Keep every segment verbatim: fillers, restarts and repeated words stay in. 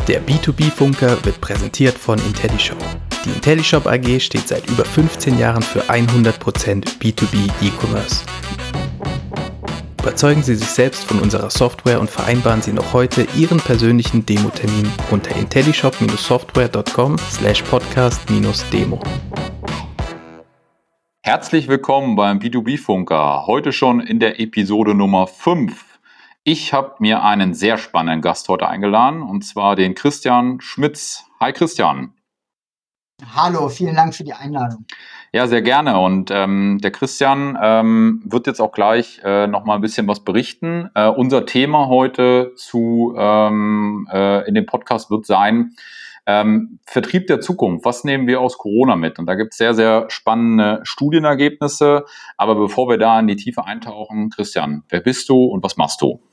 Der B zwei B-Funker wird präsentiert von IntelliShop. Die IntelliShop A G steht seit über fünfzehn Jahren für hundert Prozent B zwei B E-Commerce. Überzeugen Sie sich selbst von unserer Software und vereinbaren Sie noch heute Ihren persönlichen Demo-Termin unter intellishop software punkt com slash podcast demo. Herzlich willkommen beim B zwei B-Funker, heute schon in der Episode Nummer fünf. Ich habe mir einen sehr spannenden Gast heute eingeladen, und zwar den Christian Schmitz. Hi Christian. Hallo, vielen Dank für die Einladung. Ja, sehr gerne. Und ähm, der Christian ähm, wird jetzt auch gleich äh, noch mal ein bisschen was berichten. Äh, unser Thema heute zu ähm, äh, in dem Podcast wird sein, Ähm, Vertrieb der Zukunft, was nehmen wir aus Corona mit? Und da gibt es sehr, sehr spannende Studienergebnisse. Aber bevor wir da in die Tiefe eintauchen, Christian, wer bist du und was machst du?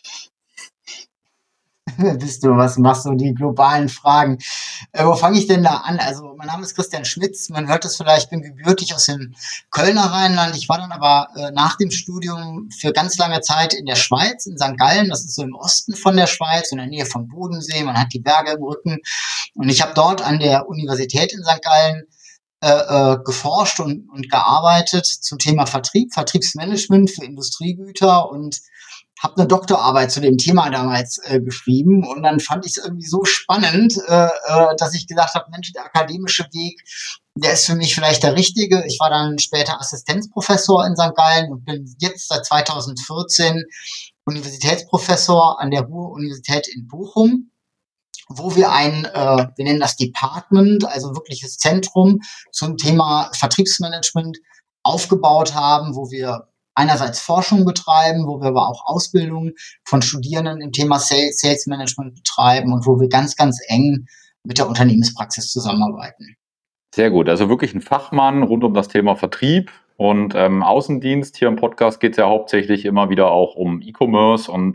Wer bist du, was machst du, die globalen Fragen? Äh, wo fange ich denn da an? Also mein Name ist Christian Schmitz, man hört es vielleicht, ich bin gebürtig aus dem Kölner Rheinland. Ich war dann aber äh, nach dem Studium für ganz lange Zeit in der Schweiz, in Sankt Gallen. Das ist so im Osten von der Schweiz, in der Nähe vom Bodensee. Man hat die Berge im Rücken. Und ich habe dort an der Universität in Sankt Gallen äh, äh, geforscht und, und gearbeitet zum Thema Vertrieb, Vertriebsmanagement für Industriegüter und habe eine Doktorarbeit zu dem Thema damals äh, geschrieben. Und dann fand ich es irgendwie so spannend, äh, äh, dass ich gesagt habe, Mensch, der akademische Weg, der ist für mich vielleicht der richtige. Ich war dann später Assistenzprofessor in Sankt Gallen und bin jetzt seit zweitausendvierzehn Universitätsprofessor an der Ruhr-Universität in Bochum, wo wir ein, äh, wir nennen das Department, also wirkliches Zentrum zum Thema Vertriebsmanagement aufgebaut haben, wo wir einerseits Forschung betreiben, wo wir aber auch Ausbildung von Studierenden im Thema Sales, Sales Management betreiben und wo wir ganz, ganz eng mit der Unternehmenspraxis zusammenarbeiten. Sehr gut, also wirklich ein Fachmann rund um das Thema Vertrieb und ähm, Außendienst. Hier im Podcast geht es ja hauptsächlich immer wieder auch um E-Commerce und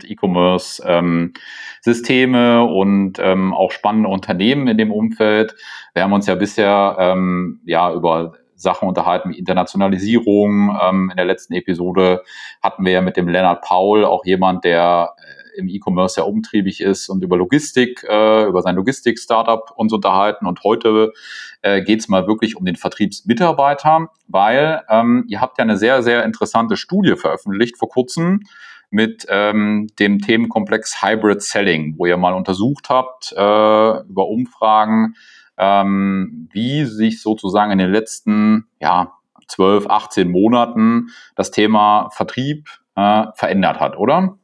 E-Commerce-Systeme ähm, und ähm, auch spannende Unternehmen in dem Umfeld. Wir haben uns ja bisher ähm, ja über Sachen unterhalten wie Internationalisierung. Ähm, in der letzten Episode hatten wir ja mit dem Lennart Paul auch jemand, der äh, im E-Commerce sehr umtriebig ist und über Logistik, äh, über sein Logistik-Startup uns unterhalten. Und heute äh, geht es mal wirklich um den Vertriebsmitarbeiter, weil ähm, ihr habt ja eine sehr, sehr interessante Studie veröffentlicht vor kurzem mit ähm, dem Themenkomplex Hybrid Selling, wo ihr mal untersucht habt äh, über Umfragen, Ähm, wie sich sozusagen in den letzten ja, zwölf, achtzehn Monaten das Thema Vertrieb äh, verändert hat, oder?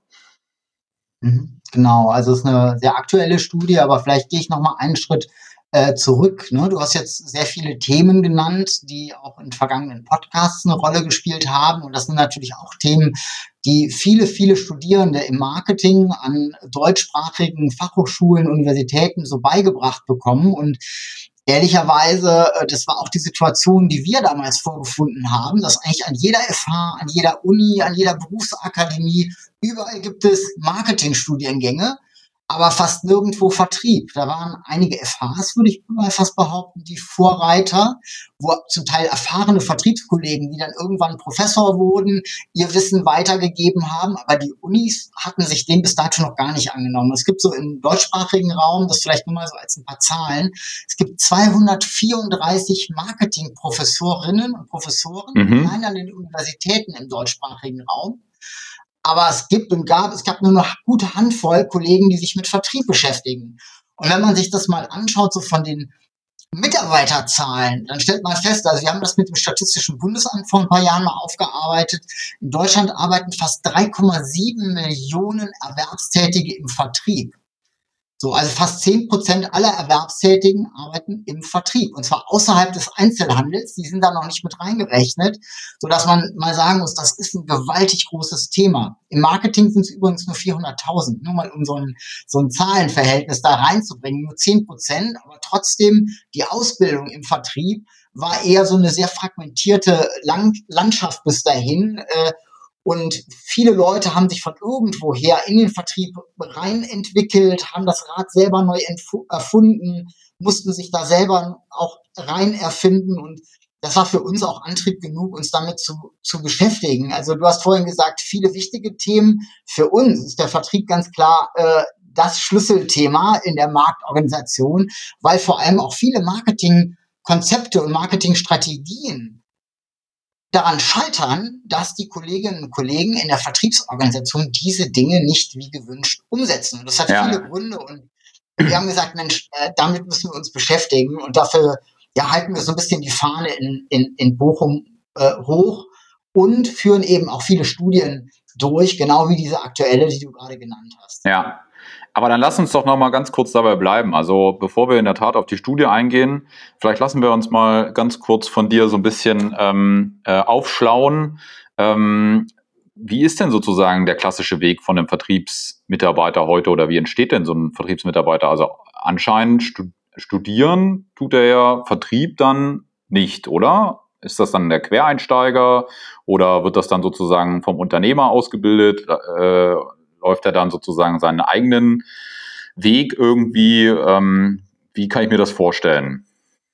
Mhm, genau, also es ist eine sehr aktuelle Studie, aber vielleicht gehe ich noch mal einen Schritt äh, zurück. Ne? Du hast jetzt sehr viele Themen genannt, die auch in vergangenen Podcasts eine Rolle gespielt haben. Und das sind natürlich auch Themen, die viele, viele Studierende im Marketing an deutschsprachigen Fachhochschulen, Universitäten so beigebracht bekommen. Und ehrlicherweise, das war auch die Situation, die wir damals vorgefunden haben, dass eigentlich an jeder F H, an jeder Uni, an jeder Berufsakademie, überall gibt es Marketingstudiengänge, aber fast nirgendwo Vertrieb. Da waren einige F Hs, würde ich mal fast behaupten, die Vorreiter, wo zum Teil erfahrene Vertriebskollegen, die dann irgendwann Professor wurden, ihr Wissen weitergegeben haben, aber die Unis hatten sich dem bis dato noch gar nicht angenommen. Es gibt so im deutschsprachigen Raum, das vielleicht nur mal so als ein paar Zahlen, es gibt zweihundertvierunddreißig Marketingprofessorinnen und Professoren Mhm. allein an den Universitäten im deutschsprachigen Raum. Aber es gibt und gab, es gab nur noch gute Handvoll Kollegen, die sich mit Vertrieb beschäftigen. Und wenn man sich das mal anschaut, so von den Mitarbeiterzahlen, dann stellt man fest, also wir haben das mit dem Statistischen Bundesamt vor ein paar Jahren mal aufgearbeitet. In Deutschland arbeiten fast drei Komma sieben Millionen Erwerbstätige im Vertrieb. So, also fast zehn Prozent aller Erwerbstätigen arbeiten im Vertrieb. Und zwar außerhalb des Einzelhandels. Die sind da noch nicht mit reingerechnet, sodass man mal sagen muss, das ist ein gewaltig großes Thema. Im Marketing sind es übrigens nur vierhunderttausend. Nur mal um so ein, so ein Zahlenverhältnis da reinzubringen. Nur zehn Prozent. Aber trotzdem, die Ausbildung im Vertrieb war eher so eine sehr fragmentierte Land- Landschaft bis dahin. Äh, Und viele Leute haben sich von irgendwoher in den Vertrieb rein entwickelt, haben das Rad selber neu erfunden, mussten sich da selber auch rein erfinden. Und das war für uns auch Antrieb genug, uns damit zu, zu beschäftigen. Also du hast vorhin gesagt, viele wichtige Themen. Für uns ist der Vertrieb ganz klar äh, das Schlüsselthema in der Marktorganisation, weil vor allem auch viele Marketingkonzepte und Marketingstrategien daran scheitern, dass die Kolleginnen und Kollegen in der Vertriebsorganisation diese Dinge nicht wie gewünscht umsetzen. Und das hat Ja. viele Gründe und wir haben gesagt, Mensch, äh, damit müssen wir uns beschäftigen und dafür ja, halten wir so ein bisschen die Fahne in, in, in Bochum äh, hoch und führen eben auch viele Studien durch, genau wie diese aktuelle, die du gerade genannt hast. Ja, aber dann lass uns doch noch mal ganz kurz dabei bleiben. Also bevor wir in der Tat auf die Studie eingehen, vielleicht lassen wir uns mal ganz kurz von dir so ein bisschen ähm, äh, aufschlauen. Ähm, wie ist denn sozusagen der klassische Weg von einem Vertriebsmitarbeiter heute oder wie entsteht denn so ein Vertriebsmitarbeiter? Also anscheinend stu- studieren tut er ja Vertrieb dann nicht, oder? Ist das dann der Quereinsteiger oder wird das dann sozusagen vom Unternehmer ausgebildet? Äh, läuft er dann sozusagen seinen eigenen Weg irgendwie? Ähm, wie kann ich mir das vorstellen?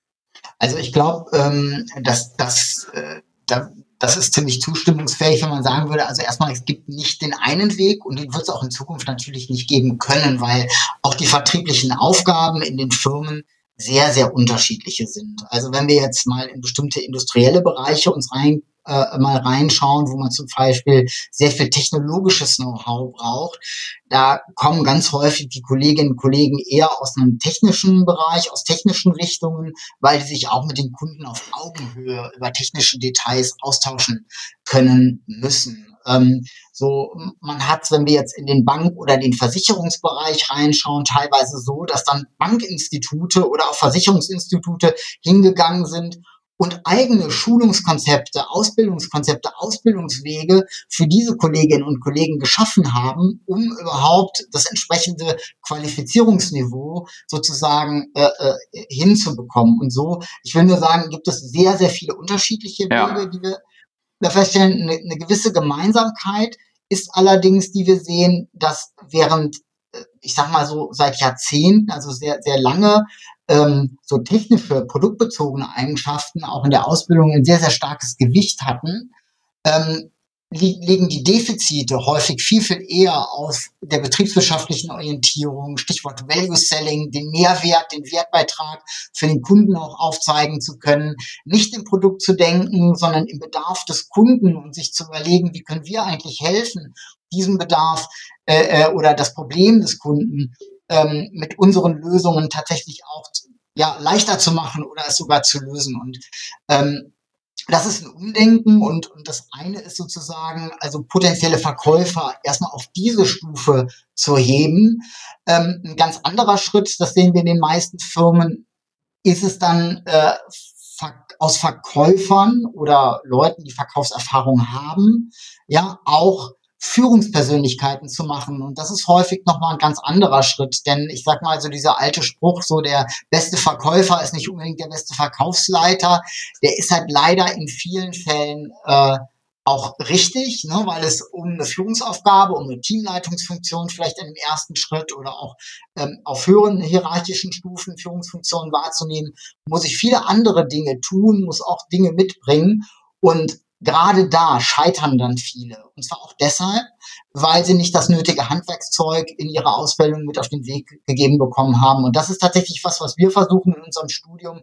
Also ich glaube, ähm, dass das, äh, da, das ist ziemlich zustimmungsfähig, wenn man sagen würde, also erstmal, es gibt nicht den einen Weg und den wird es auch in Zukunft natürlich nicht geben können, weil auch die vertrieblichen Aufgaben in den Firmen sehr, sehr unterschiedliche sind. Also wenn wir jetzt mal in bestimmte industrielle Bereiche uns rein äh, mal reinschauen, wo man zum Beispiel sehr viel technologisches Know-how braucht, da kommen ganz häufig die Kolleginnen und Kollegen eher aus einem technischen Bereich, aus technischen Richtungen, weil die sich auch mit den Kunden auf Augenhöhe über technische Details austauschen können müssen. Ähm, so, man hat, wenn wir jetzt in den Bank- oder den Versicherungsbereich reinschauen, teilweise so, dass dann Bankinstitute oder auch Versicherungsinstitute hingegangen sind und eigene Schulungskonzepte, Ausbildungskonzepte, Ausbildungswege für diese Kolleginnen und Kollegen geschaffen haben, um überhaupt das entsprechende Qualifizierungsniveau sozusagen äh, äh, hinzubekommen. Und so, ich will nur sagen, gibt es sehr, sehr viele unterschiedliche Wege, Ja. die wir da feststellen. Eine, eine gewisse Gemeinsamkeit ist allerdings, die wir sehen, dass während, äh, ich sag mal so, seit Jahrzehnten, also sehr, sehr lange, ähm, so technische, produktbezogene Eigenschaften auch in der Ausbildung ein sehr, sehr starkes Gewicht hatten, ähm, li- liegen die Defizite häufig viel, viel eher aus der betriebswirtschaftlichen Orientierung, Stichwort Value Selling, den Mehrwert, den Wertbeitrag für den Kunden auch aufzeigen zu können, nicht im Produkt zu denken, sondern im Bedarf des Kunden und sich zu überlegen, wie können wir eigentlich helfen, diesen Bedarf äh, äh, oder das Problem des Kunden ähm, mit unseren Lösungen tatsächlich auch ja, leichter zu machen oder es sogar zu lösen. Und ähm, das ist ein Umdenken und, und das eine ist sozusagen, also potenzielle Verkäufer erstmal auf diese Stufe zu heben. Ähm, ein ganz anderer Schritt, das sehen wir in den meisten Firmen, ist es dann äh, ver- aus Verkäufern oder Leuten, die Verkaufserfahrung haben, ja, auch Führungspersönlichkeiten zu machen. Und das ist häufig nochmal ein ganz anderer Schritt, denn ich sag mal so dieser alte Spruch, so der beste Verkäufer ist nicht unbedingt der beste Verkaufsleiter, der ist halt leider in vielen Fällen äh, auch richtig, ne, weil es um eine Führungsaufgabe, um eine Teamleitungsfunktion vielleicht im ersten Schritt oder auch ähm, auf höheren hierarchischen Stufen Führungsfunktionen wahrzunehmen, muss ich viele andere Dinge tun, muss auch Dinge mitbringen und gerade da scheitern dann viele. Und zwar auch deshalb, weil sie nicht das nötige Handwerkszeug in ihrer Ausbildung mit auf den Weg gegeben bekommen haben. Und das ist tatsächlich was, was wir versuchen in unserem Studium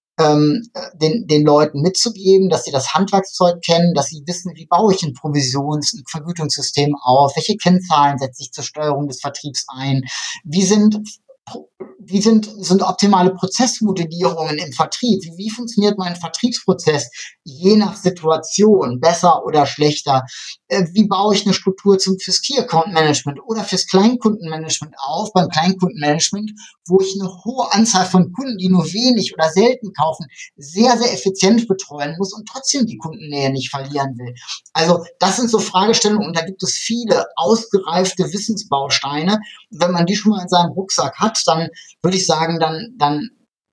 ähm, den, den Leuten mitzugeben, dass sie das Handwerkszeug kennen, dass sie wissen, wie baue ich ein Provisions- und Vergütungssystem auf, welche Kennzahlen setze ich zur Steuerung des Vertriebs ein, wie sind wie sind, sind optimale Prozessmodellierungen im Vertrieb? Wie, wie funktioniert mein Vertriebsprozess je nach Situation, besser oder schlechter? Äh, wie baue ich eine Struktur zum, fürs Key Account Management oder fürs Kleinkundenmanagement auf? Beim Kleinkundenmanagement, wo ich eine hohe Anzahl von Kunden, die nur wenig oder selten kaufen, sehr, sehr effizient betreuen muss und trotzdem die Kundennähe nicht verlieren will. Also das sind so Fragestellungen und da gibt es viele ausgereifte Wissensbausteine. Wenn man die schon mal in seinem Rucksack hat, dann würde ich sagen, dann, dann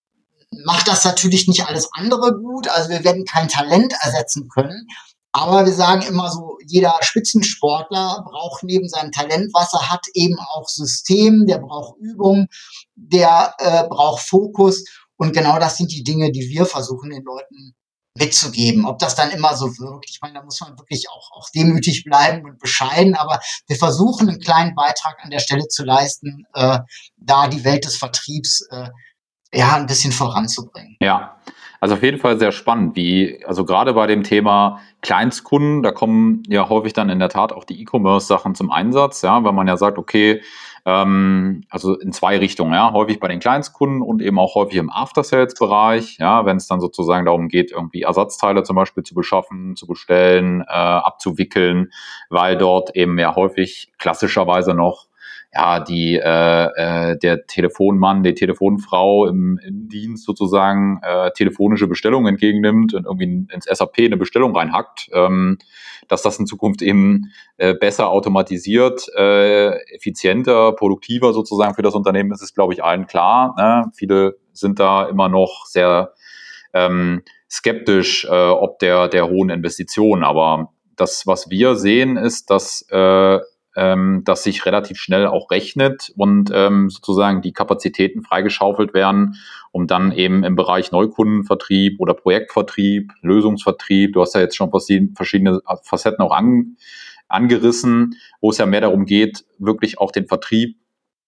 macht das natürlich nicht alles andere gut. Also wir werden kein Talent ersetzen können. Aber wir sagen immer so, jeder Spitzensportler braucht neben seinem Talent, was er hat, eben auch System, der braucht Übung, der äh, braucht Fokus. Und genau das sind die Dinge, die wir versuchen, den Leuten mitzugeben. Ob das dann immer so wirkt, ich meine, da muss man wirklich auch, auch demütig bleiben und bescheiden, aber wir versuchen, einen kleinen Beitrag an der Stelle zu leisten, äh, da die Welt des Vertriebs äh, ja ein bisschen voranzubringen. Ja, also auf jeden Fall sehr spannend, wie, also gerade bei dem Thema Kleinstkunden, da kommen ja häufig dann in der Tat auch die E-Commerce-Sachen zum Einsatz, ja, weil man ja sagt, okay, ähm, also in zwei Richtungen, ja, häufig bei den Kleinstkunden und eben auch häufig im After-Sales-Bereich, ja, wenn es dann sozusagen darum geht, irgendwie Ersatzteile zum Beispiel zu beschaffen, zu bestellen, äh, abzuwickeln, weil dort eben ja häufig klassischerweise noch ja, die, äh, äh, der Telefonmann, die Telefonfrau im, im Dienst sozusagen äh, telefonische Bestellungen entgegennimmt und irgendwie ins S A P eine Bestellung reinhackt, ähm, dass das in Zukunft eben äh, besser automatisiert, äh, effizienter, produktiver sozusagen für das Unternehmen ist, ist, glaube ich, allen klar. Ne? Viele sind da immer noch sehr ähm, skeptisch, äh, ob der, der hohen Investitionen, aber das, was wir sehen, ist, dass äh, ähm, das sich relativ schnell auch rechnet und ähm, sozusagen die Kapazitäten freigeschaufelt werden, um dann eben im Bereich Neukundenvertrieb oder Projektvertrieb, Lösungsvertrieb, du hast ja jetzt schon verschiedene Facetten auch an, angerissen, wo es ja mehr darum geht, wirklich auch den Vertrieb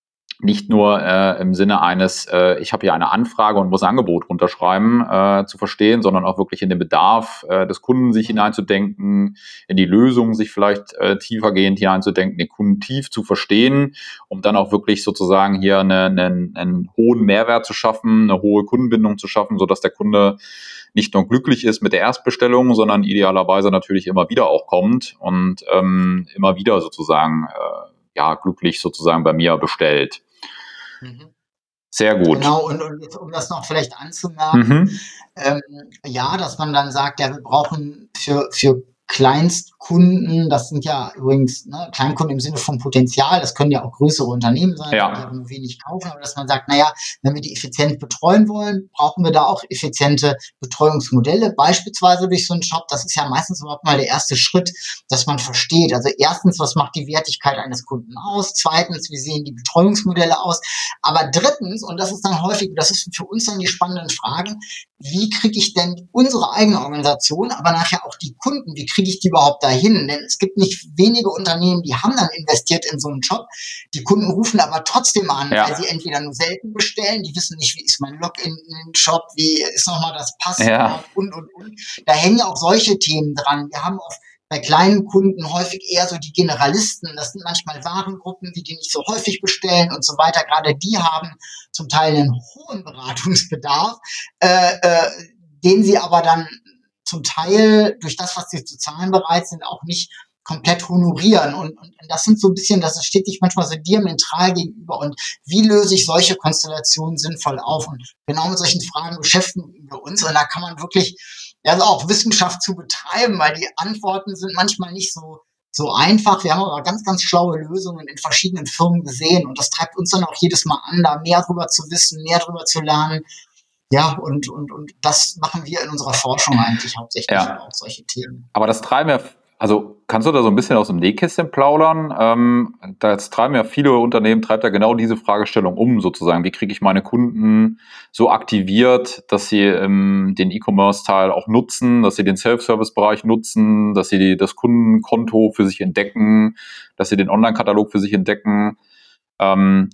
nicht nur äh, im Sinne eines, äh, ich habe hier eine Anfrage und muss ein Angebot runterschreiben, äh, zu verstehen, sondern auch wirklich in den Bedarf äh, des Kunden sich hineinzudenken, in die Lösung sich vielleicht äh, tiefergehend hineinzudenken, den Kunden tief zu verstehen, um dann auch wirklich sozusagen hier eine, eine, einen hohen Mehrwert zu schaffen, eine hohe Kundenbindung zu schaffen, sodass der Kunde nicht nur glücklich ist mit der Erstbestellung, sondern idealerweise natürlich immer wieder auch kommt und ähm, immer wieder sozusagen äh, ja glücklich sozusagen bei mir bestellt. Mhm. Sehr gut. Genau, und, und jetzt, um das noch vielleicht anzumerken, Mhm. ähm, ja, dass man dann sagt, ja, wir brauchen für, für Kleinstkunden, das sind ja übrigens ne, Kleinkunden im Sinne von Potenzial, das können ja auch größere Unternehmen sein, Ja. die aber nur wenig kaufen, aber dass man sagt, naja, wenn wir die effizient betreuen wollen, brauchen wir da auch effiziente Betreuungsmodelle, beispielsweise durch so einen Shop. Das ist ja meistens überhaupt mal der erste Schritt, dass man versteht. Also erstens, was macht die Wertigkeit eines Kunden aus? Zweitens, wie sehen die Betreuungsmodelle aus? Aber drittens, und das ist dann häufig, das ist für uns dann die spannenden Fragen, wie kriege ich denn unsere eigene Organisation, aber nachher auch die Kunden, wie kriege ich die überhaupt dahin? Denn es gibt nicht wenige Unternehmen, die haben dann investiert in so einen Job, die Kunden rufen aber trotzdem an, Ja. weil sie entweder nur selten bestellen, die wissen nicht, wie ist mein Login in den Shop, wie ist nochmal das Passwort Ja. und, und, und. Da hängen auch solche Themen dran. Wir haben oft bei kleinen Kunden häufig eher so die Generalisten. Das sind manchmal Warengruppen, die die nicht so häufig bestellen und so weiter. Gerade die haben zum Teil einen hohen Beratungsbedarf, äh, äh, den sie aber dann zum Teil durch das, was sie zu zahlen bereit sind, auch nicht komplett honorieren. Und, und das sind so ein bisschen, das steht sich manchmal so diametral gegenüber. Und wie löse ich solche Konstellationen sinnvoll auf? Und genau mit solchen Fragen beschäftigen wir uns. Und da kann man wirklich also auch Wissenschaft zu betreiben, weil die Antworten sind manchmal nicht so so einfach. Wir haben aber ganz, ganz schlaue Lösungen in verschiedenen Firmen gesehen und das treibt uns dann auch jedes Mal an, da mehr drüber zu wissen, mehr drüber zu lernen. Ja, und, und, und das machen wir in unserer Forschung eigentlich hauptsächlich, Ja. auch solche Themen. Aber das treiben ja, also kannst du da so ein bisschen aus dem Nähkästchen plaudern? Ähm, da jetzt treiben ja viele Unternehmen, treibt ja genau diese Fragestellung um sozusagen. Wie kriege ich meine Kunden so aktiviert, dass sie ähm, den E-Commerce-Teil auch nutzen, dass sie den Self-Service-Bereich nutzen, dass sie die, das Kundenkonto für sich entdecken, dass sie den Online-Katalog für sich entdecken. Ähm,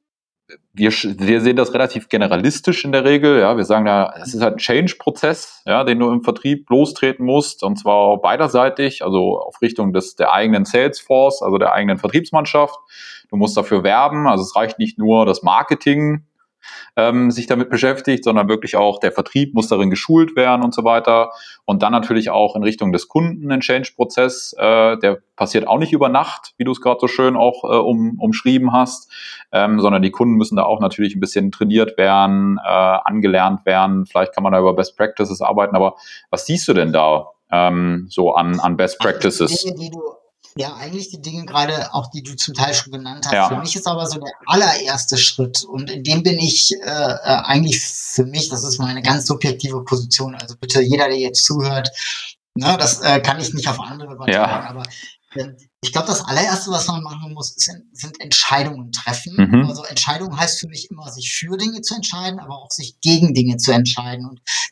Wir, wir sehen das relativ generalistisch in der Regel. Ja, wir sagen ja, es ist halt ein Change-Prozess, ja, den du im Vertrieb lostreten musst, und zwar beiderseitig, also auf Richtung des der eigenen Salesforce, also der eigenen Vertriebsmannschaft. Du musst dafür werben, also es reicht nicht nur das Marketing, ähm, sich damit beschäftigt, sondern wirklich auch der Vertrieb muss darin geschult werden und so weiter. Und dann natürlich auch in Richtung des Kunden ein Change-Prozess, äh, der passiert auch nicht über Nacht, wie du es gerade so schön auch äh, um, umschrieben hast, ähm, sondern die Kunden müssen da auch natürlich ein bisschen trainiert werden, äh, angelernt werden. Vielleicht kann man da über Best Practices arbeiten, aber was siehst du denn da ähm, so an, an Best Practices? Die Dinge, die du Ja, eigentlich die Dinge gerade, auch die du zum Teil schon genannt hast. Ja. Für mich ist aber so der allererste Schritt und in dem bin ich äh, äh, eigentlich für mich, das ist meine ganz subjektive Position, also bitte jeder, der jetzt zuhört, ne, das äh, kann ich nicht auf andere übertragen, Ja. aber äh, ich glaube, das allererste, was man machen muss, sind, sind Entscheidungen treffen. Mhm. Also Entscheidung heißt für mich immer, sich für Dinge zu entscheiden, aber auch sich gegen Dinge zu entscheiden. Und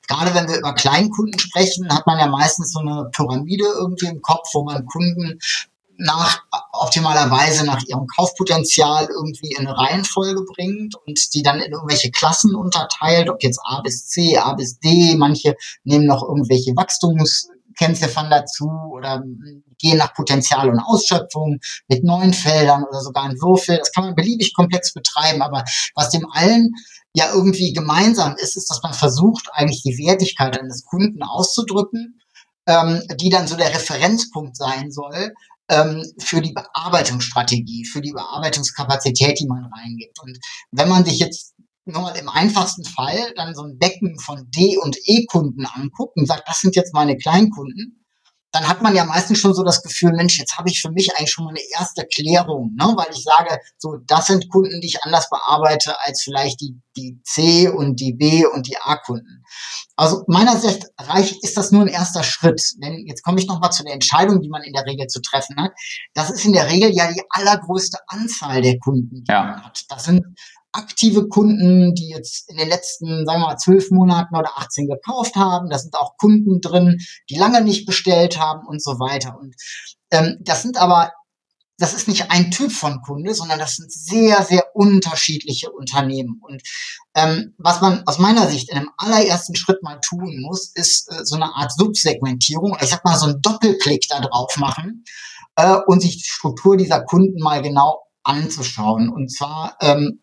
gerade wenn wir über Kleinkunden sprechen, hat man ja meistens so eine Pyramide irgendwie im Kopf, wo man Kunden nach optimalerweise nach ihrem Kaufpotenzial irgendwie in eine Reihenfolge bringt und die dann in irgendwelche Klassen unterteilt, ob jetzt A bis C, A bis D, manche nehmen noch irgendwelche Wachstumskennziffern dazu oder gehen nach Potenzial und Ausschöpfung mit neuen Feldern oder sogar in Würfel. Das kann man beliebig komplex betreiben, aber was dem allen ja irgendwie gemeinsam ist, ist, dass man versucht, eigentlich die Wertigkeit eines Kunden auszudrücken, ähm, die dann so der Referenzpunkt sein soll, ähm, für die Bearbeitungsstrategie, für die Bearbeitungskapazität, die man reingibt. Und wenn man sich jetzt nur mal im einfachsten Fall dann so ein Becken von D- und E-Kunden anguckt und sagt, das sind jetzt meine Kleinkunden, dann hat man ja meistens schon so das Gefühl, Mensch, jetzt habe ich für mich eigentlich schon mal eine erste Klärung, ne? Weil ich sage, so, das sind Kunden, die ich anders bearbeite als vielleicht die, die C- und die B- und die A-Kunden. Also meiner Sicht reicht, ist das nur ein erster Schritt. Denn jetzt komme ich nochmal zu der Entscheidung, die man in der Regel zu treffen hat. Das ist in der Regel ja die allergrößte Anzahl der Kunden, die Ja. man hat. Das sind aktive Kunden, die jetzt in den letzten, sagen wir mal, zwölf Monaten oder achtzehn gekauft haben. Da sind auch Kunden drin, die lange nicht bestellt haben und so weiter. Und ähm, das sind aber, das ist nicht ein Typ von Kunde, sondern das sind sehr, sehr unterschiedliche Unternehmen. Und ähm, was man aus meiner Sicht in einem allerersten Schritt mal tun muss, ist äh, so eine Art Subsegmentierung. Ich sag mal, so einen Doppelklick da drauf machen äh, und sich die Struktur dieser Kunden mal genau anzuschauen. Und zwar ähm,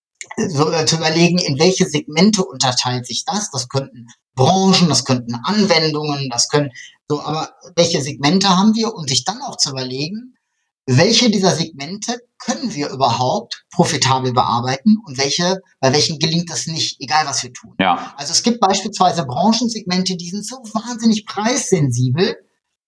so, äh, zu überlegen, in welche Segmente unterteilt sich das. Das könnten Branchen, das könnten Anwendungen, das können so, aber welche Segmente haben wir? Und sich dann auch zu überlegen, welche dieser Segmente können wir überhaupt profitabel bearbeiten und welche, bei welchen gelingt das nicht, egal was wir tun. Ja. Also es gibt beispielsweise Branchensegmente, die sind so wahnsinnig preissensibel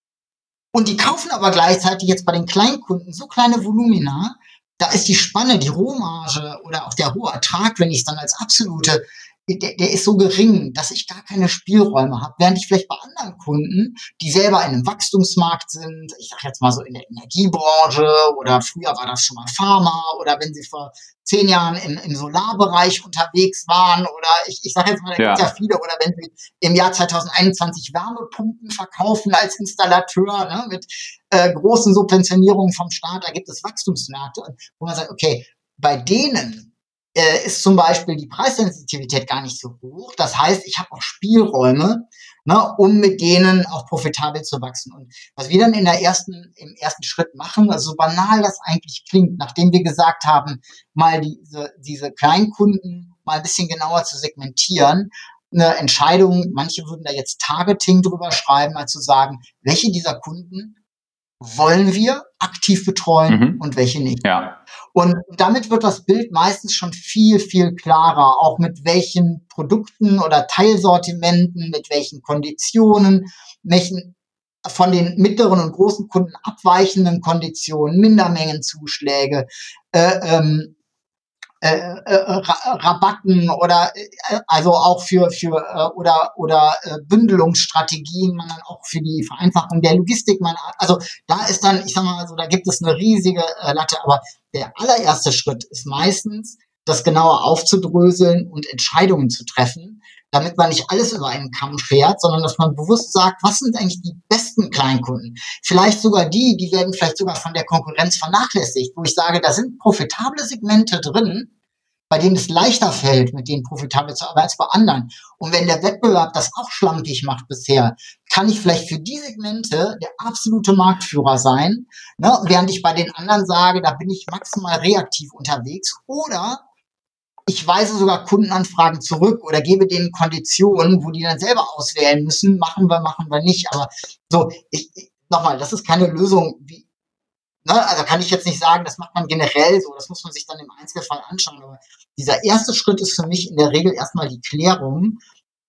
und die kaufen aber gleichzeitig jetzt bei den Kleinkunden so kleine Volumina, da ist die Spanne, die Rohmarge oder auch der hohe Ertrag, wenn ich es dann als absolute, der, der ist so gering, dass ich gar keine Spielräume habe. Während ich vielleicht bei anderen Kunden, die selber in einem Wachstumsmarkt sind, ich sage jetzt mal so in der Energiebranche oder früher war das schon mal Pharma oder wenn sie vor zehn Jahren im, im Solarbereich unterwegs waren oder ich, ich sage jetzt mal, da Ja. gibt es ja viele, oder wenn sie im Jahr zwanzig einundzwanzig Wärmepumpen verkaufen als Installateur, ne, mit äh, großen Subventionierungen vom Staat, da gibt es Wachstumsmärkte, wo man sagt, okay, bei denen äh, ist zum Beispiel die Preissensitivität gar nicht so hoch. Das heißt, ich habe auch Spielräume, ne, um mit denen auch profitabel zu wachsen. Und was wir dann in der ersten, im ersten Schritt machen, also so banal das eigentlich klingt, nachdem wir gesagt haben, mal diese, diese Kleinkunden mal ein bisschen genauer zu segmentieren, eine Entscheidung, manche würden da jetzt Targeting drüber schreiben, als zu sagen, welche dieser Kunden wollen wir aktiv betreuen Mhm. und welche nicht. Ja. Und damit wird das Bild meistens schon viel, viel klarer, auch mit welchen Produkten oder Teilsortimenten, mit welchen Konditionen, welchen von den mittleren und großen Kunden abweichenden Konditionen, Mindermengenzuschläge, äh, ähm, äh, äh, Ra- Rabatten oder äh, also auch für für äh, oder oder äh, Bündelungsstrategien, man dann auch für die Vereinfachung der Logistik, man also da ist dann, ich sag mal, also da gibt es eine riesige äh, Latte, aber der allererste Schritt ist meistens, das genauer aufzudröseln und Entscheidungen zu treffen, damit man nicht alles über einen Kamm schert, sondern dass man bewusst sagt, was sind eigentlich die besten Kleinkunden? Vielleicht sogar die, die werden vielleicht sogar von der Konkurrenz vernachlässigt, wo ich sage, da sind profitable Segmente drin, bei denen es leichter fällt, mit denen profitabel zu arbeiten als bei anderen. Und wenn der Wettbewerb das auch schlampig macht bisher, kann ich vielleicht für die Segmente der absolute Marktführer sein, ne? Während ich bei den anderen sage, da bin ich maximal reaktiv unterwegs oder ich weise sogar Kundenanfragen zurück oder gebe denen Konditionen, wo die dann selber auswählen müssen, machen wir, machen wir nicht. Aber so, ich, ich, nochmal, das ist keine Lösung, wie, ne, also kann ich jetzt nicht sagen, das macht man generell so, das muss man sich dann im Einzelfall anschauen. Aber dieser erste Schritt ist für mich in der Regel erstmal die Klärung,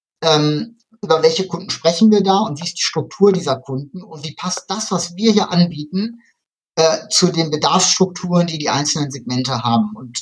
ähm, über welche Kunden sprechen wir da und wie ist die Struktur dieser Kunden und wie passt das, was wir hier anbieten, äh, zu den Bedarfsstrukturen, die die einzelnen Segmente haben. Und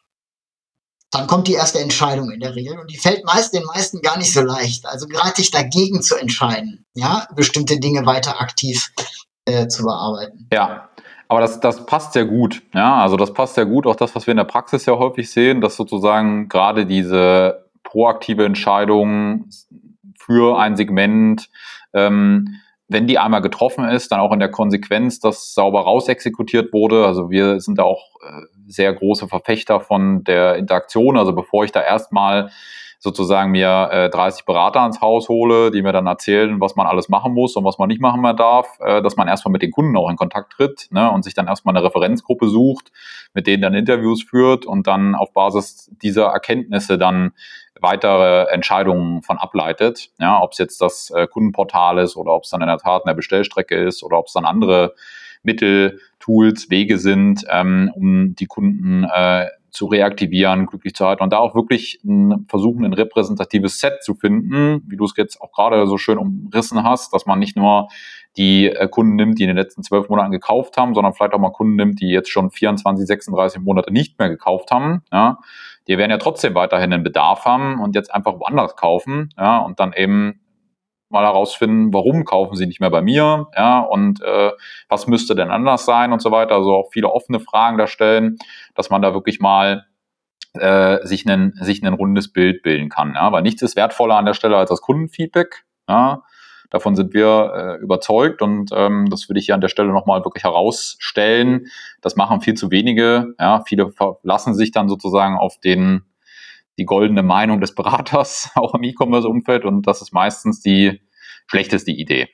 dann kommt die erste Entscheidung in der Regel und die fällt meist den meisten gar nicht so leicht. Also gerade sich dagegen zu entscheiden, ja, bestimmte Dinge weiter aktiv äh, zu bearbeiten. Ja, aber das, das passt sehr gut. Ja, also das passt sehr gut, auch das, was wir in der Praxis ja häufig sehen, dass sozusagen gerade diese proaktive Entscheidung für ein Segment, ähm, wenn die einmal getroffen ist, dann auch in der Konsequenz, dass sauber rausexekutiert wurde. Also wir sind da auch äh, sehr große Verfechter von der Interaktion. Also bevor ich da erstmal sozusagen mir äh, dreißig Berater ans Haus hole, die mir dann erzählen, was man alles machen muss und was man nicht machen mehr darf, äh, dass man erstmal mit den Kunden auch in Kontakt tritt, ne, und sich dann erstmal eine Referenzgruppe sucht, mit denen dann Interviews führt und dann auf Basis dieser Erkenntnisse dann weitere Entscheidungen von ableitet, ja, ob es jetzt das äh, Kundenportal ist oder ob es dann in der Tat eine Bestellstrecke ist oder ob es dann andere Mittel, Tools, Wege sind, ähm, um die Kunden äh, zu reaktivieren, glücklich zu halten und da auch wirklich ein, versuchen, ein repräsentatives Set zu finden, wie du es jetzt auch gerade so schön umrissen hast, dass man nicht nur die äh, Kunden nimmt, die in den letzten zwölf Monaten gekauft haben, sondern vielleicht auch mal Kunden nimmt, die jetzt schon vierundzwanzig, sechsunddreißig Monate nicht mehr gekauft haben, ja. Die werden ja trotzdem weiterhin einen Bedarf haben und jetzt einfach woanders kaufen, ja, und dann eben mal herausfinden, warum kaufen sie nicht mehr bei mir, ja, und äh, was müsste denn anders sein und so weiter. Also auch viele offene Fragen da stellen, dass man da wirklich mal äh, sich ein sich ein rundes Bild bilden kann, ja, weil nichts ist wertvoller an der Stelle als das Kundenfeedback, ja. Davon sind wir äh, überzeugt und ähm, das würde ich hier an der Stelle nochmal wirklich herausstellen. Das machen viel zu wenige. Ja, viele verlassen sich dann sozusagen auf den die goldene Meinung des Beraters, auch im E-Commerce-Umfeld, und das ist meistens die schlechteste Idee.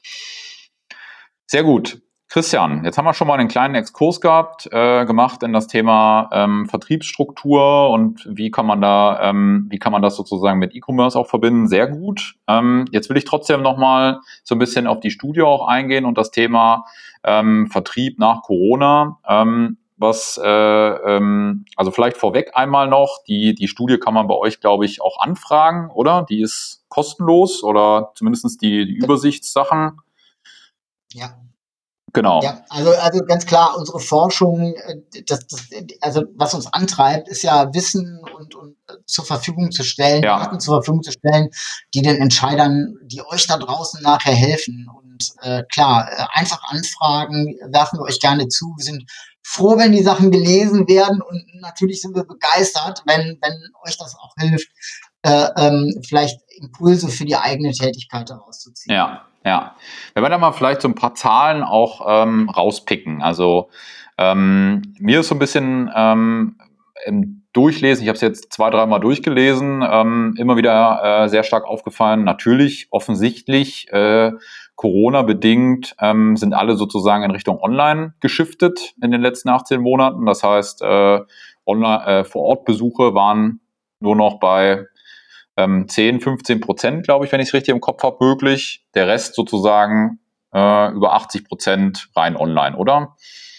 Sehr gut. Christian, jetzt haben wir schon mal einen kleinen Exkurs gehabt, äh, gemacht in das Thema ähm, Vertriebsstruktur und wie kann man da, ähm, wie kann man das sozusagen mit E-Commerce auch verbinden. Sehr gut. Ähm, jetzt will ich trotzdem nochmal so ein bisschen auf die Studie auch eingehen und das Thema ähm, Vertrieb nach Corona. Ähm, was, äh, ähm, also vielleicht vorweg einmal noch, die, die Studie kann man bei euch, glaube ich, auch anfragen, oder? Die ist kostenlos oder zumindest die, die Übersichtssachen. Ja. Genau. Ja, also, also ganz klar, unsere Forschung, das, das, also was uns antreibt, ist ja Wissen und, und zur Verfügung zu stellen, Ja. Daten zur Verfügung zu stellen, die den Entscheidern, die euch da draußen nachher helfen. Und äh, klar, einfach anfragen, werfen wir euch gerne zu. Wir sind froh, wenn die Sachen gelesen werden und natürlich sind wir begeistert, wenn, wenn euch das auch hilft, äh, ähm, vielleicht Impulse für die eigene Tätigkeit daraus zu ziehen. Ja. Ja, wenn wir da mal vielleicht so ein paar Zahlen auch ähm, rauspicken. Also ähm, mir ist so ein bisschen ähm, im Durchlesen, ich habe es jetzt zwei, dreimal durchgelesen, ähm, immer wieder äh, sehr stark aufgefallen. Natürlich, offensichtlich, äh, Corona-bedingt ähm, sind alle sozusagen in Richtung Online geschiftet in den letzten achtzehn Monaten. Das heißt, äh, Online, äh, Vor-Ort-Besuche waren nur noch bei Ähm, zehn, fünfzehn Prozent, glaube ich, wenn ich es richtig im Kopf habe, möglich. Der Rest sozusagen äh, über achtzig Prozent rein online, oder?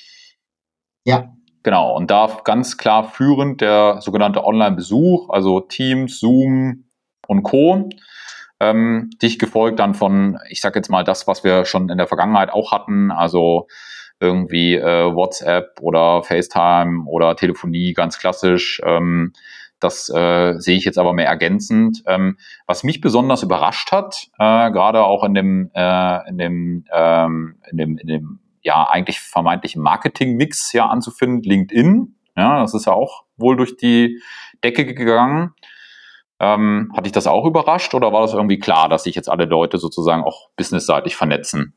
Ja. Genau, und da ganz klar führend der sogenannte Online-Besuch, also Teams, Zoom und Co. Ähm, dicht gefolgt dann von, ich sage jetzt mal, das, was wir schon in der Vergangenheit auch hatten, also irgendwie äh, WhatsApp oder FaceTime oder Telefonie, ganz klassisch. Ähm, Das äh, sehe ich jetzt aber mehr ergänzend. Ähm, was mich besonders überrascht hat, äh, gerade auch in dem, äh, in dem, ähm, in dem, in dem, ja, eigentlich vermeintlichen Marketing-Mix ja anzufinden, LinkedIn. Ja, das ist ja auch wohl durch die Decke gegangen. Ähm, hat dich das auch überrascht oder war das irgendwie klar, dass sich jetzt alle Leute sozusagen auch businessseitig vernetzen?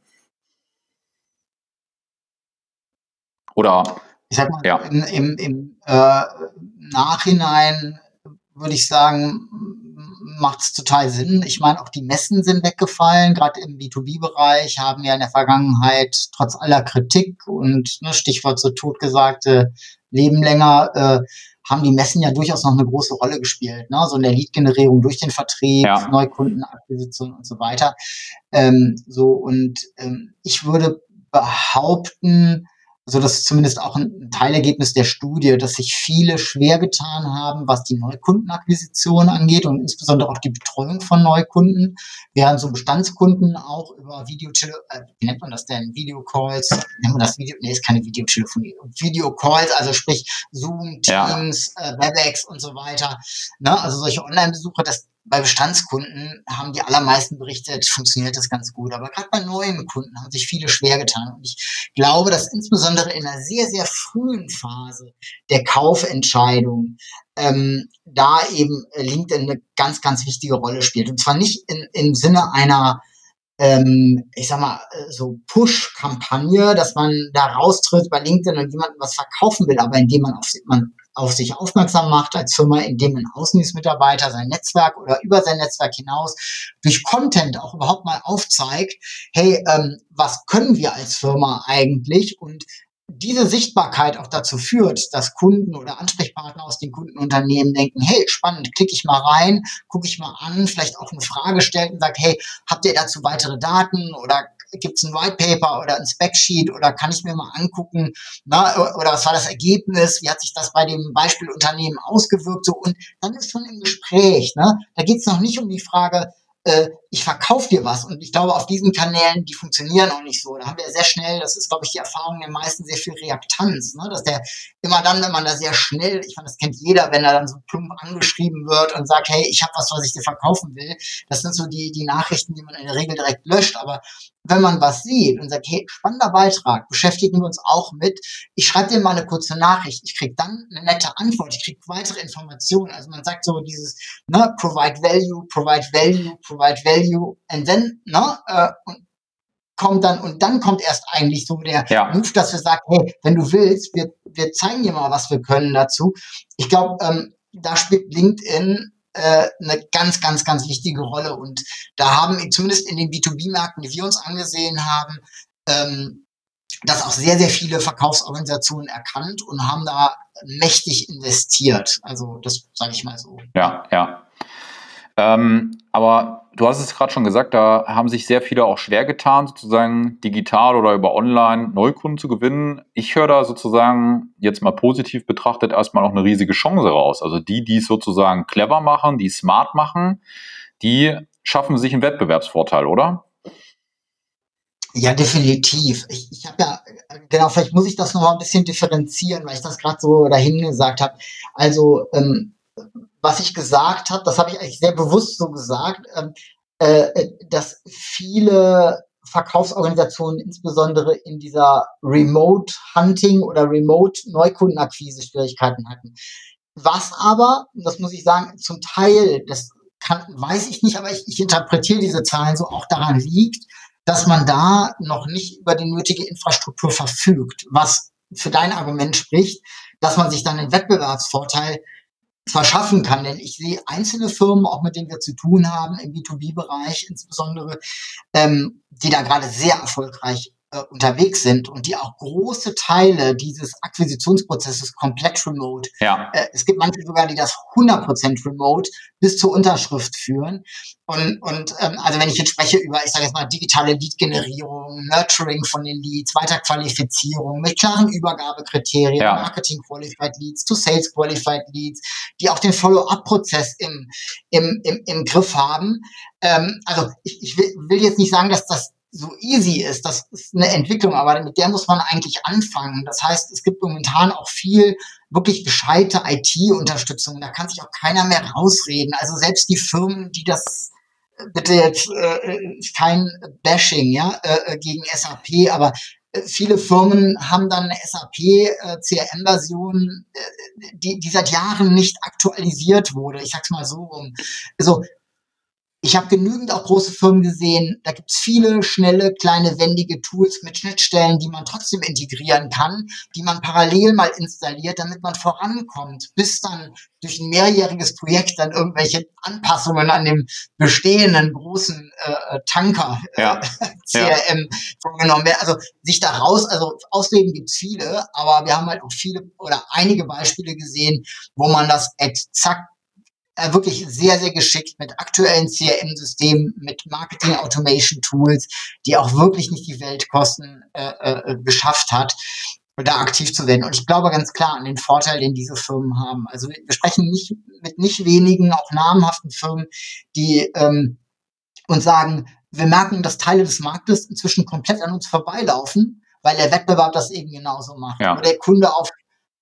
Oder Ich sag mal, ja. im, im, im äh, Nachhinein würde ich sagen, macht es total Sinn. Ich meine, auch die Messen sind weggefallen. Gerade im B zwei B-Bereich haben ja in der Vergangenheit trotz aller Kritik und ne, Stichwort so totgesagte Leben länger, äh, haben die Messen ja durchaus noch eine große Rolle gespielt. Ne? So in der Lead-Generierung durch den Vertrieb, Ja. Neukundenakquisition und so weiter. Ähm, so und ähm, ich würde behaupten, so das ist zumindest auch ein Teilergebnis der Studie, dass sich viele schwer getan haben, was die Neukundenakquisition angeht und insbesondere auch die Betreuung von Neukunden, während so Bestandskunden auch über Videotele äh, wie nennt man das denn? Videocalls, nennt man das Video? Nee, ist keine Videotelefonie. Videocalls, also sprich Zoom, Teams, ja. äh, WebEx und so weiter. Ne? Also solche Online-Besuche, das bei Bestandskunden haben die allermeisten berichtet, funktioniert das ganz gut. Aber gerade bei neuen Kunden haben sich viele schwer getan. Und ich glaube, dass insbesondere in einer sehr, sehr frühen Phase der Kaufentscheidung ähm, da eben LinkedIn eine ganz, ganz wichtige Rolle spielt. Und zwar nicht in, im Sinne einer ähm, ich sag mal, so Push-Kampagne, dass man da raustritt bei LinkedIn und jemandem was verkaufen will, aber indem man auf, man auf sich aufmerksam macht als Firma, indem ein Außendienstmitarbeiter sein Netzwerk oder über sein Netzwerk hinaus durch Content auch überhaupt mal aufzeigt, hey, ähm, was können wir als Firma eigentlich? Und diese Sichtbarkeit auch dazu führt, dass Kunden oder Ansprechpartner aus den Kundenunternehmen denken, hey, spannend, klicke ich mal rein, gucke ich mal an, vielleicht auch eine Frage stellt und sagt, hey, habt ihr dazu weitere Daten oder gibt es ein White Paper oder ein Spec-Sheet oder kann ich mir mal angucken, na, oder was war das Ergebnis, wie hat sich das bei dem Beispielunternehmen ausgewirkt, so, und dann ist schon im Gespräch, ne? Da geht es noch nicht um die Frage, äh, ich verkaufe dir was, und ich glaube, auf diesen Kanälen, die funktionieren auch nicht so. Da haben wir sehr schnell, das ist, glaube ich, die Erfahrung der meisten, sehr viel Reaktanz, ne? Dass der immer dann, wenn man da sehr schnell, ich meine, das kennt jeder, wenn er dann so plump angeschrieben wird und sagt, hey, ich habe was, was ich dir verkaufen will, das sind so die, die Nachrichten, die man in der Regel direkt löscht, aber wenn man was sieht und sagt, hey, spannender Beitrag, beschäftigen wir uns auch mit, ich schreibe dir mal eine kurze Nachricht, ich kriege dann eine nette Antwort, ich kriege weitere Informationen, also man sagt so dieses, ne, provide value, provide value, provide value, and then, ne, äh, und kommt dann, und dann kommt erst eigentlich so der Ja. Move, dass wir sagen, hey, wenn du willst, wir, wir zeigen dir mal, was wir können dazu. Ich glaube, ähm, da spielt LinkedIn äh, eine ganz, ganz, ganz wichtige Rolle, und da haben zumindest in den B zwei B-Märkten, die wir uns angesehen haben, ähm, das auch sehr, sehr viele Verkaufsorganisationen erkannt und haben da mächtig investiert. Also das sage ich mal so. Ja, ja. Ähm, aber du hast es gerade schon gesagt, da haben sich sehr viele auch schwer getan, sozusagen digital oder über Online Neukunden zu gewinnen. Ich höre da sozusagen jetzt mal positiv betrachtet erstmal auch eine riesige Chance raus. Also die, die es sozusagen clever machen, die smart machen, die schaffen sich einen Wettbewerbsvorteil, oder? Ja, definitiv. Ich, ich habe ja, genau, vielleicht muss ich das noch mal ein bisschen differenzieren, weil ich das gerade so dahin gesagt habe. Also, ähm, was ich gesagt habe, das habe ich eigentlich sehr bewusst so gesagt, ähm, äh, dass viele Verkaufsorganisationen insbesondere in dieser Remote-Hunting oder Remote-Neukundenakquise Schwierigkeiten hatten. Was aber, und das muss ich sagen, zum Teil, das kann, weiß ich nicht, aber ich, ich interpretiere diese Zahlen so, auch daran liegt, dass man da noch nicht über die nötige Infrastruktur verfügt, was für dein Argument spricht, dass man sich dann einen Wettbewerbsvorteil verschaffen kann. Denn ich sehe einzelne Firmen, auch mit denen wir zu tun haben, im B zwei B-Bereich insbesondere, ähm, die da gerade sehr erfolgreich äh, unterwegs sind und die auch große Teile dieses Akquisitionsprozesses komplett remote. Ja. Äh, es gibt manche sogar, die das hundert Prozent remote bis zur Unterschrift führen. Und, und ähm, also wenn ich jetzt spreche über, ich sage jetzt mal, digitale Lead-Generierung, Nurturing von den Leads, Weiterqualifizierung mit klaren Übergabekriterien, Ja. Marketing-Qualified Leads to Sales-Qualified Leads, die auch den Follow-up-Prozess im, im, im, im Griff haben. Ähm, also ich, ich will, will jetzt nicht sagen, dass das so easy ist. Das ist eine Entwicklung, aber mit der muss man eigentlich anfangen. Das heißt, es gibt momentan auch viel wirklich gescheite I T-Unterstützung. Da kann sich auch keiner mehr rausreden. Also selbst die Firmen, die das, bitte jetzt äh, kein Bashing, ja, äh, gegen S A P, aber äh, viele Firmen haben dann eine S A P-C R M-Version, äh, die, die seit Jahren nicht aktualisiert wurde. Ich sag's mal so rum. Also ich habe genügend auch große Firmen gesehen, da gibt's viele schnelle, kleine, wendige Tools mit Schnittstellen, die man trotzdem integrieren kann, die man parallel mal installiert, damit man vorankommt, bis dann durch ein mehrjähriges Projekt dann irgendwelche Anpassungen an dem bestehenden großen äh, Tanker Ja. äh, C R M ja. vorgenommen werden. Also sich da raus, also Ausreden gibt's viele, aber wir haben halt auch viele oder einige Beispiele gesehen, wo man das exakt wirklich sehr, sehr geschickt mit aktuellen C R M-Systemen, mit Marketing-Automation-Tools, die auch wirklich nicht die Welt kosten, äh, äh, geschafft hat, da aktiv zu werden. Und ich glaube ganz klar an den Vorteil, den diese Firmen haben. Also wir sprechen nicht mit nicht wenigen, auch namhaften Firmen, die ähm, uns sagen, wir merken, dass Teile des Marktes inzwischen komplett an uns vorbeilaufen, weil der Wettbewerb das eben genauso macht. Ja. Oder der Kunde auf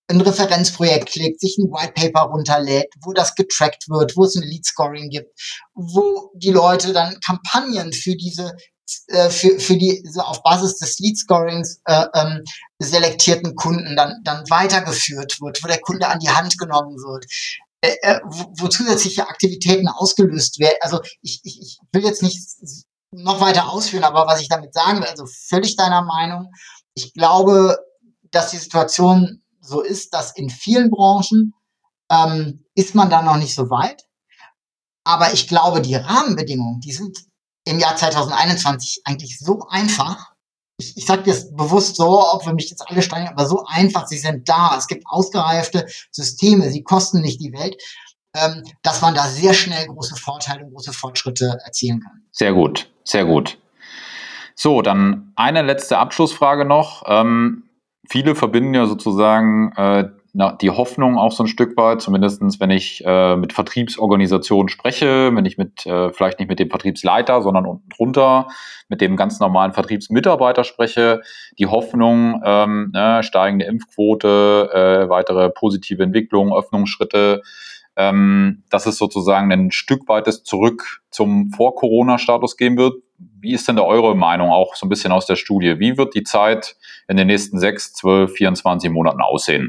ein Referenzprojekt klickt, sich ein White Paper runterlädt, wo das getrackt wird, wo es ein Lead Scoring gibt, wo die Leute dann Kampagnen für diese, äh, für, für die, so auf Basis des Lead Scorings, äh, ähm, selektierten Kunden dann, dann weitergeführt wird, wo der Kunde an die Hand genommen wird, äh, äh, wo, wo zusätzliche Aktivitäten ausgelöst werden. Also ich, ich, ich will jetzt nicht noch weiter ausführen, aber was ich damit sagen will, also völlig deiner Meinung. Ich glaube, dass die Situation so ist, dass in vielen Branchen ähm, ist man da noch nicht so weit. Aber ich glaube, die Rahmenbedingungen, die sind im Jahr zwanzig einundzwanzig eigentlich so einfach. Ich, ich sage das bewusst so, auch wenn mich jetzt alle steinigen, aber so einfach, sie sind da. Es gibt ausgereifte Systeme, sie kosten nicht die Welt, ähm, dass man da sehr schnell große Vorteile und große Fortschritte erzielen kann. Sehr gut, sehr gut. So, dann eine letzte Abschlussfrage noch. Ähm, viele verbinden ja sozusagen äh, na, die Hoffnung auch so ein Stück weit, zumindest wenn ich äh, mit Vertriebsorganisationen spreche, wenn ich mit, äh, vielleicht nicht mit dem Vertriebsleiter, sondern unten drunter, mit dem ganz normalen Vertriebsmitarbeiter spreche, die Hoffnung, ähm, ne, steigende Impfquote, äh, weitere positive Entwicklungen, Öffnungsschritte, ähm, dass es sozusagen ein Stück weites Zurück zum Vor-Corona-Status geben wird. Wie ist denn da eure Meinung auch so ein bisschen aus der Studie? Wie wird die Zeit in den nächsten sechs, zwölf, vierundzwanzig Monaten aussehen?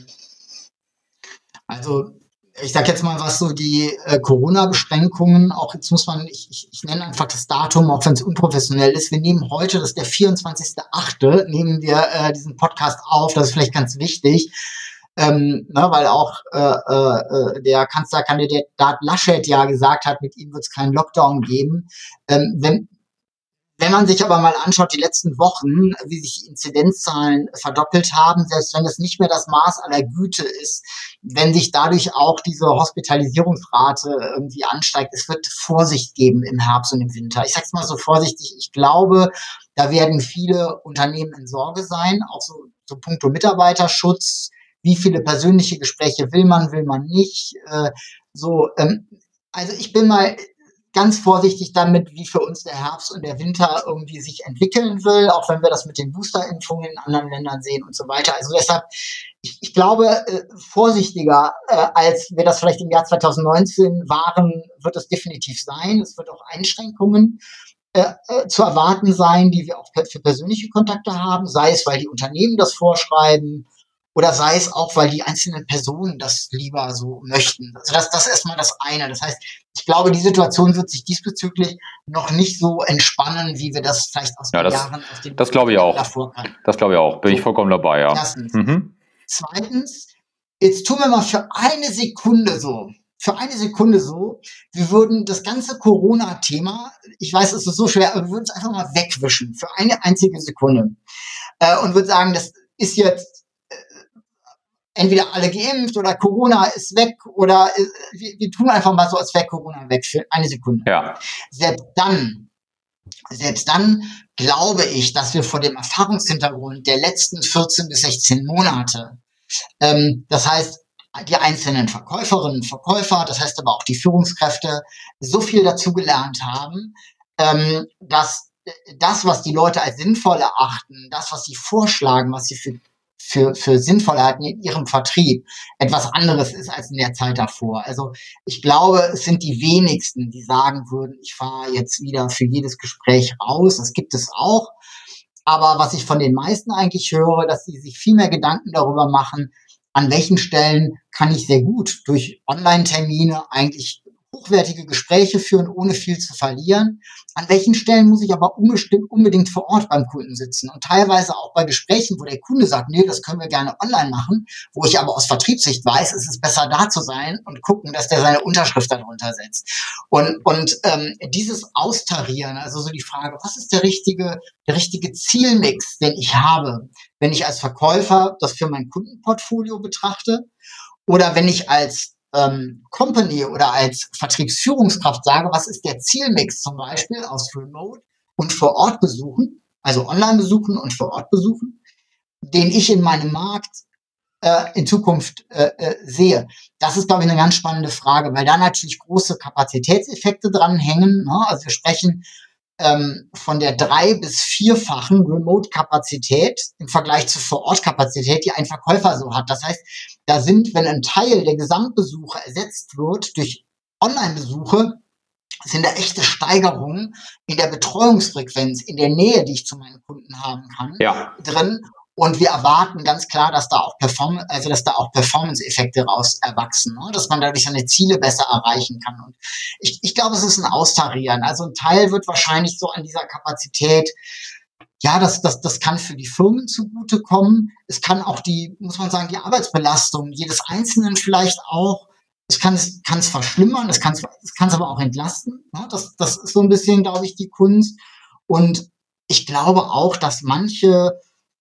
Also ich sage jetzt mal, was so die äh, Corona-Beschränkungen, auch jetzt muss man, ich, ich, ich nenne einfach das Datum, auch wenn es unprofessionell ist. Wir nehmen heute, das ist der vierundzwanzigster achte nehmen wir äh, diesen Podcast auf, das ist vielleicht ganz wichtig. Ähm, ne, weil auch äh, äh, der Kanzlerkandidat Laschet ja gesagt hat, mit ihm wird es keinen Lockdown geben. Ähm, wenn, wenn man sich aber mal anschaut, die letzten Wochen, wie sich die Inzidenzzahlen verdoppelt haben, selbst wenn es nicht mehr das Maß aller Güte ist, wenn sich dadurch auch diese Hospitalisierungsrate irgendwie ansteigt, es wird Vorsicht geben im Herbst und im Winter. Ich sage es mal so vorsichtig, ich glaube, da werden viele Unternehmen in Sorge sein, auch so, so puncto Mitarbeiterschutz. Wie viele persönliche Gespräche will man, will man nicht? Äh, so, ähm, also ich bin mal ganz vorsichtig damit, wie für uns der Herbst und der Winter irgendwie sich entwickeln will, auch wenn wir das mit den Boosterimpfungen in anderen Ländern sehen und so weiter. Also deshalb, ich, ich glaube, äh, vorsichtiger, äh, als wir das vielleicht im Jahr zwanzig neunzehn waren, wird es definitiv sein. Es wird auch Einschränkungen äh, äh, zu erwarten sein, die wir auch für persönliche Kontakte haben, sei es, weil die Unternehmen das vorschreiben, oder sei es auch, weil die einzelnen Personen das lieber so möchten. Also das, das ist erstmal das eine. Das heißt, ich glaube, die Situation wird sich diesbezüglich noch nicht so entspannen, wie wir das vielleicht aus ja, den das, Jahren aus den das glaube ich auch. davor kannten. Das glaube ich auch. Bin so, ich vollkommen dabei, ja. Erstens. Mhm. Zweitens, jetzt tun wir mal für eine Sekunde so, für eine Sekunde so, wir würden das ganze Corona-Thema, ich weiß, es ist so schwer, aber wir würden es einfach mal wegwischen, für eine einzige Sekunde. Äh, und würden sagen, das ist jetzt entweder alle geimpft oder Corona ist weg oder äh, wir, wir tun einfach mal so, als wäre Corona weg für eine Sekunde. Ja. Selbst dann, selbst dann glaube ich, dass wir vor dem Erfahrungshintergrund der letzten vierzehn bis sechzehn Monate, ähm, das heißt, die einzelnen Verkäuferinnen und Verkäufer, das heißt aber auch die Führungskräfte, so viel dazugelernt haben, ähm, dass das, was die Leute als sinnvoll erachten, das, was sie vorschlagen, was sie für Für, für sinnvoll halten in ihrem Vertrieb, etwas anderes ist als in der Zeit davor. Also ich glaube, es sind die wenigsten, die sagen würden, ich fahre jetzt wieder für jedes Gespräch raus. Das gibt es auch. Aber was ich von den meisten eigentlich höre, dass sie sich viel mehr Gedanken darüber machen, an welchen Stellen kann ich sehr gut durch Online-Termine eigentlich hochwertige Gespräche führen, ohne viel zu verlieren. An welchen Stellen muss ich aber unbestimmt, unbedingt vor Ort beim Kunden sitzen? Und teilweise auch bei Gesprächen, wo der Kunde sagt, nee, das können wir gerne online machen, wo ich aber aus Vertriebssicht weiß, es ist besser da zu sein und gucken, dass der seine Unterschrift darunter setzt. Und, und ähm, dieses Austarieren, also so die Frage, was ist der richtige, der richtige Zielmix, den ich habe, wenn ich als Verkäufer das für mein Kundenportfolio betrachte oder wenn ich als ähm, Company oder als Vertriebsführungskraft sage, was ist der Zielmix zum Beispiel aus Remote und vor Ort besuchen, also online besuchen und vor Ort besuchen, den ich in meinem Markt äh, in Zukunft äh, äh, sehe. Das ist, glaube ich, eine ganz spannende Frage, weil da natürlich große Kapazitätseffekte dran hängen. Ne? Also wir sprechen ähm, von der drei- bis vierfachen Remote-Kapazität im Vergleich zur Vor-Ort-Kapazität, die ein Verkäufer so hat. Das heißt, da sind, wenn ein Teil der Gesamtbesuche ersetzt wird durch Online-Besuche, sind da echte Steigerungen in der Betreuungsfrequenz, in der Nähe, die ich zu meinen Kunden haben kann, Ja. drin. Und wir erwarten ganz klar, dass da auch Performance, also dass da auch Performance-Effekte raus erwachsen, ne? Dass man dadurch seine Ziele besser erreichen kann. Und ich, ich glaube, es ist ein Austarieren. Also ein Teil wird wahrscheinlich so an dieser Kapazität, ja, das, das, das kann für die Firmen zugutekommen. Es kann auch die, muss man sagen, die Arbeitsbelastung jedes Einzelnen vielleicht auch. Es kann es, kann es verschlimmern, es kann es, es kann es aber auch entlasten. Ne? Das, das ist so ein bisschen, glaube ich, die Kunst. Und ich glaube auch, dass manche,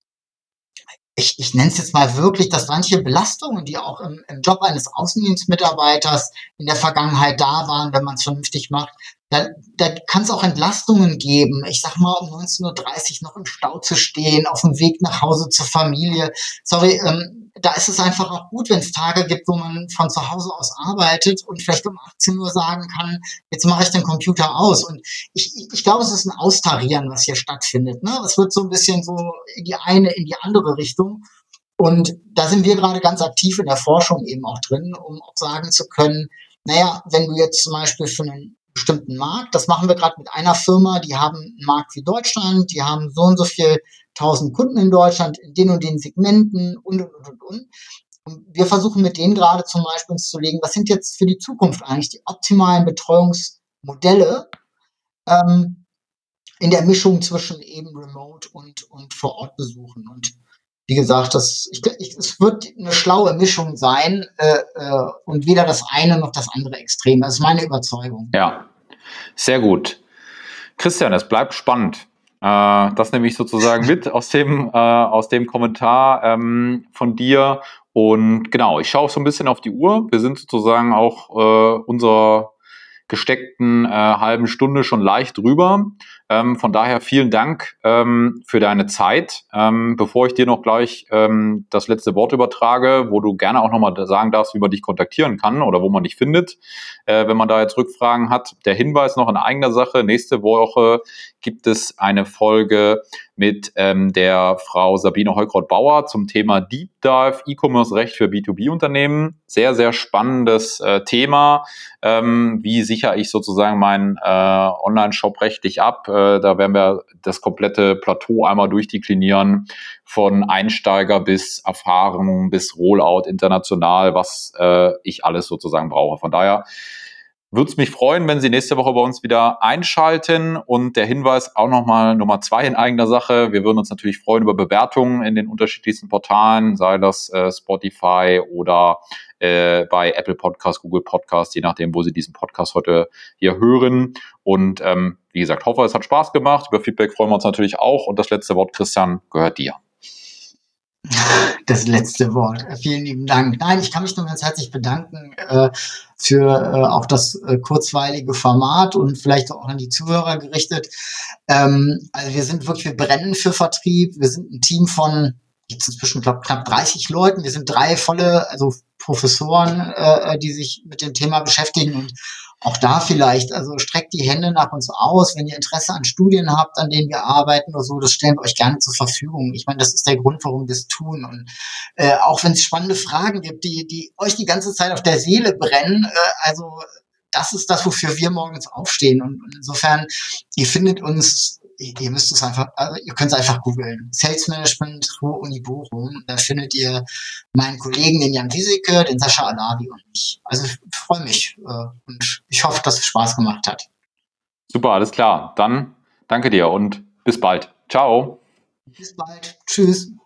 ich, ich nenne es jetzt mal wirklich, dass manche Belastungen, die auch im, im Job eines Außendienstmitarbeiters in der Vergangenheit da waren, wenn man es vernünftig macht, da, da kann es auch Entlastungen geben. Ich sag mal, um neunzehn Uhr dreißig noch im Stau zu stehen, auf dem Weg nach Hause zur Familie. Sorry, ähm, da ist es einfach auch gut, wenn es Tage gibt, wo man von zu Hause aus arbeitet und vielleicht um achtzehn Uhr sagen kann, jetzt mache ich den Computer aus. Und ich, ich, ich glaube, es ist ein Austarieren, was hier stattfindet. Ne? Es wird so ein bisschen so in die eine, in die andere Richtung. Und da sind wir gerade ganz aktiv in der Forschung eben auch drin, um auch sagen zu können, naja, wenn du jetzt zum Beispiel für einen bestimmten Markt, das machen wir gerade mit einer Firma, die haben einen Markt wie Deutschland, die haben so und so viel tausend Kunden in Deutschland, in den und den Segmenten und, und, und, und. Und wir versuchen mit denen gerade zum Beispiel uns zu legen, was sind jetzt für die Zukunft eigentlich die optimalen Betreuungsmodelle ähm, in der Mischung zwischen eben Remote und, und Vor-Ort-Besuchen. Und wie gesagt, das, ich, ich, es wird eine schlaue Mischung sein äh, äh, und weder das eine noch das andere Extrem. Das ist meine Überzeugung. Ja, sehr gut. Christian, es bleibt spannend. Äh, das nehme ich sozusagen mit aus dem, äh, aus dem Kommentar ähm, von dir. Und genau, ich schaue so ein bisschen auf die Uhr. Wir sind sozusagen auch äh, unserer gesteckten äh, halben Stunde schon leicht drüber. Ähm, von daher vielen Dank ähm, für deine Zeit. Ähm, bevor ich dir noch gleich ähm, das letzte Wort übertrage, wo du gerne auch nochmal sagen darfst, wie man dich kontaktieren kann oder wo man dich findet, äh, wenn man da jetzt Rückfragen hat. Der Hinweis noch in eigener Sache, nächste Woche gibt es eine Folge mit ähm, der Frau Sabine Heukraut-Bauer zum Thema Deep Dive E-Commerce-Recht für B zwei B-Unternehmen. Sehr, sehr spannendes äh, Thema. Ähm, wie sichere ich sozusagen meinen äh, Online-Shop rechtlich ab? Äh, da werden wir das komplette Plateau einmal durchdeklinieren, von Einsteiger bis Erfahrung bis Rollout international, was äh, ich alles sozusagen brauche. Von daher würde es mich freuen, wenn Sie nächste Woche bei uns wieder einschalten. Und der Hinweis auch nochmal Nummer zwei in eigener Sache. Wir würden uns natürlich freuen über Bewertungen in den unterschiedlichsten Portalen, sei das äh, Spotify oder äh, bei Apple Podcast, Google Podcast, je nachdem, wo Sie diesen Podcast heute hier hören. Und ähm, wie gesagt, hoffe, es hat Spaß gemacht. Über Feedback freuen wir uns natürlich auch. Und das letzte Wort, Christian, gehört dir. Das letzte Wort. Vielen lieben Dank. Nein, ich kann mich nur ganz herzlich bedanken äh, für äh, auch das äh, kurzweilige Format und vielleicht auch an die Zuhörer gerichtet. Ähm, also wir sind wirklich, wir brennen für Vertrieb. Wir sind ein Team von jetzt inzwischen, glaube ich, knapp dreißig Leuten. Wir sind drei volle, also Professoren, äh, die sich mit dem Thema beschäftigen. Und auch da vielleicht, also streckt die Hände nach uns aus, wenn ihr Interesse an Studien habt, an denen wir arbeiten oder so, das stellen wir euch gerne zur Verfügung. Ich meine, das ist der Grund, warum wir es tun. Und äh, auch wenn es spannende Fragen gibt, die, die euch die ganze Zeit auf der Seele brennen, äh, also das ist das, wofür wir morgens aufstehen. Und insofern, ihr findet uns, ihr müsst es einfach, also ihr könnt es einfach googeln. Sales Management, Ruhr Uni Bochum. Da findet ihr meinen Kollegen, den Jan Wieseke, den Sascha Alavi und mich. Also ich freue mich äh, und ich hoffe, dass es Spaß gemacht hat. Super, alles klar. Dann danke dir und bis bald. Ciao. Bis bald. Tschüss.